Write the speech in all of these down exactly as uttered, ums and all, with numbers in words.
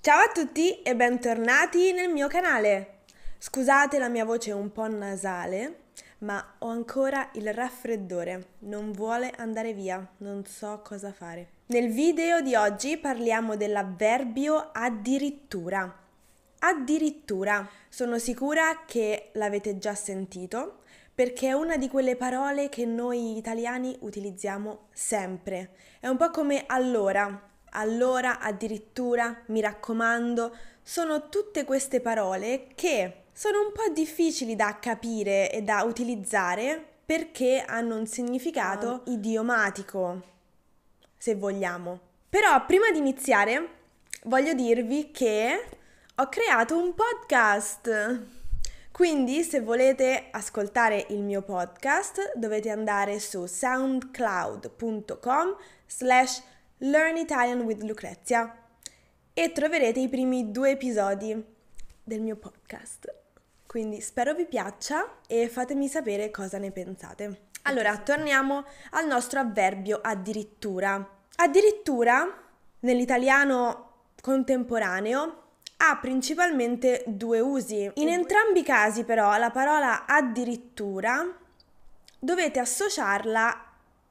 Ciao a tutti e bentornati nel mio canale. Scusate la mia voce un po' nasale, ma ho ancora il raffreddore, non vuole andare via, non so cosa fare. Nel video di oggi parliamo dell'avverbio addirittura. Addirittura, sono sicura che l'avete già sentito, perché è una di quelle parole che noi italiani utilizziamo sempre. È un po' come allora. Allora, addirittura, mi raccomando, sono tutte queste parole che sono un po' difficili da capire e da utilizzare perché hanno un significato idiomatico, se vogliamo. Però prima di iniziare voglio dirvi che ho creato un podcast. Quindi se volete ascoltare il mio podcast dovete andare su soundcloud punto com slash Learn Italian with Lucrezia e troverete i primi due episodi del mio podcast. Quindi spero vi piaccia e fatemi sapere cosa ne pensate. Allora, torniamo al nostro avverbio addirittura. Addirittura, nell'italiano contemporaneo, ha principalmente due usi. In entrambi i casi, però, la parola addirittura dovete associarla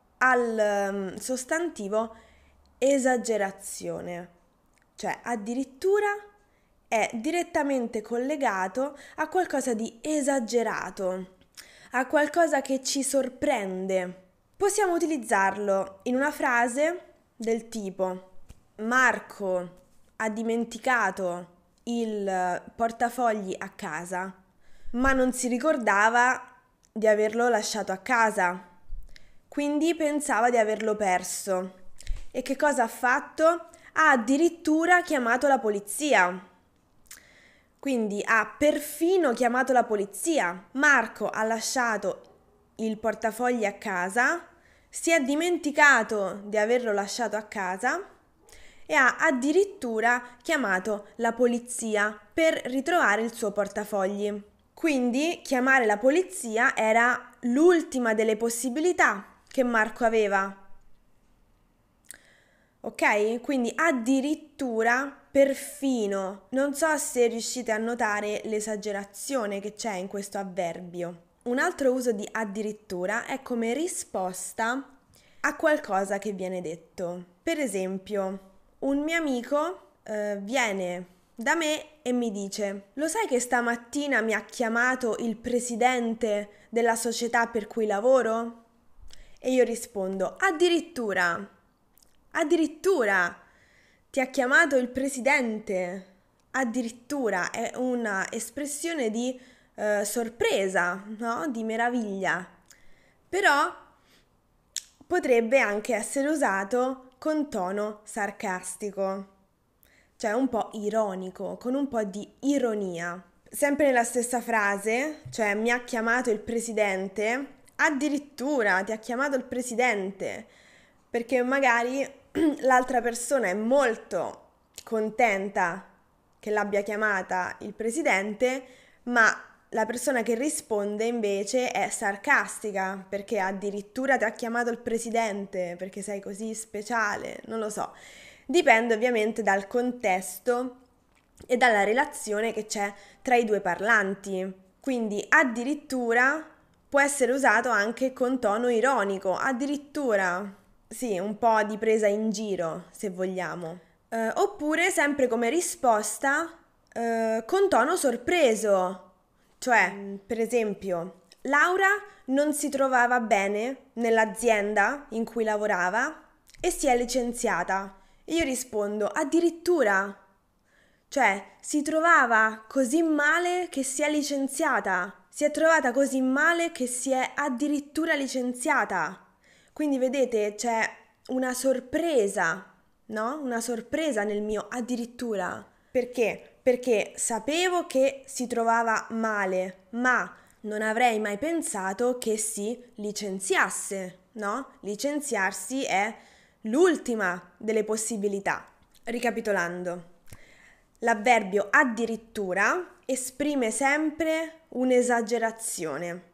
al sostantivo esagerazione, cioè addirittura è direttamente collegato a qualcosa di esagerato, a qualcosa che ci sorprende. Possiamo utilizzarlo in una frase del tipo: Marco ha dimenticato il portafogli a casa, ma non si ricordava di averlo lasciato a casa, quindi pensava di averlo perso. E che cosa ha fatto? Ha addirittura chiamato la polizia. Quindi ha perfino chiamato la polizia. Marco ha lasciato il portafogli a casa, si è dimenticato di averlo lasciato a casa e ha addirittura chiamato la polizia per ritrovare il suo portafogli. Quindi chiamare la polizia era l'ultima delle possibilità che Marco aveva. Ok? Quindi addirittura, perfino. Non so se riuscite a notare l'esagerazione che c'è in questo avverbio. Un altro uso di addirittura è come risposta a qualcosa che viene detto. Per esempio, un mio amico eh, viene da me e mi dice: lo sai che stamattina mi ha chiamato il presidente della società per cui lavoro? E io rispondo: addirittura, addirittura ti ha chiamato il presidente, addirittura è una espressione di eh, sorpresa, no? Di meraviglia, però potrebbe anche essere usato con tono sarcastico, cioè un po' ironico, con un po' di ironia. Sempre nella stessa frase, cioè mi ha chiamato il presidente, addirittura ti ha chiamato il presidente, perché magari l'altra persona è molto contenta che l'abbia chiamata il presidente, ma la persona che risponde invece è sarcastica, perché addirittura ti ha chiamato il presidente, perché sei così speciale, non lo so. Dipende ovviamente dal contesto e dalla relazione che c'è tra i due parlanti. Quindi addirittura può essere usato anche con tono ironico, addirittura, sì, un po' di presa in giro, se vogliamo. Eh, oppure sempre come risposta eh, con tono sorpreso, cioè, per esempio, Laura non si trovava bene nell'azienda in cui lavorava e si è licenziata. Io rispondo: addirittura, cioè si trovava così male che si è licenziata, si è trovata così male che si è addirittura licenziata. Quindi vedete, c'è una sorpresa, no? Una sorpresa nel mio addirittura. Perché? Perché sapevo che si trovava male, ma non avrei mai pensato che si licenziasse, no? Licenziarsi è l'ultima delle possibilità. Ricapitolando, l'avverbio addirittura esprime sempre un'esagerazione.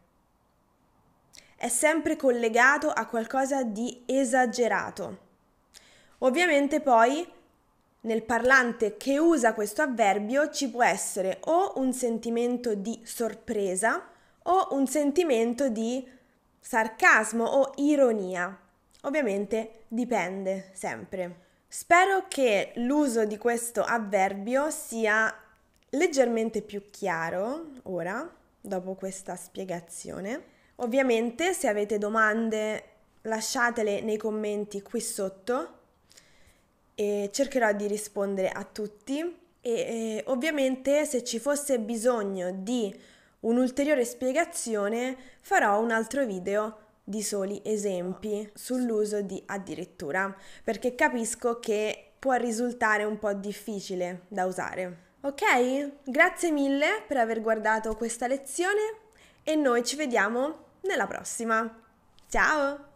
È sempre collegato a qualcosa di esagerato. Ovviamente poi nel parlante che usa questo avverbio ci può essere o un sentimento di sorpresa o un sentimento di sarcasmo o ironia. Ovviamente dipende sempre. Spero che l'uso di questo avverbio sia leggermente più chiaro ora, dopo questa spiegazione. Ovviamente, se avete domande, lasciatele nei commenti qui sotto e cercherò di rispondere a tutti. E, e ovviamente, se ci fosse bisogno di un'ulteriore spiegazione, farò un altro video di soli esempi sull'uso di addirittura, perché capisco che può risultare un po' difficile da usare. Ok? Grazie mille per aver guardato questa lezione e noi ci vediamo nella prossima. Ciao!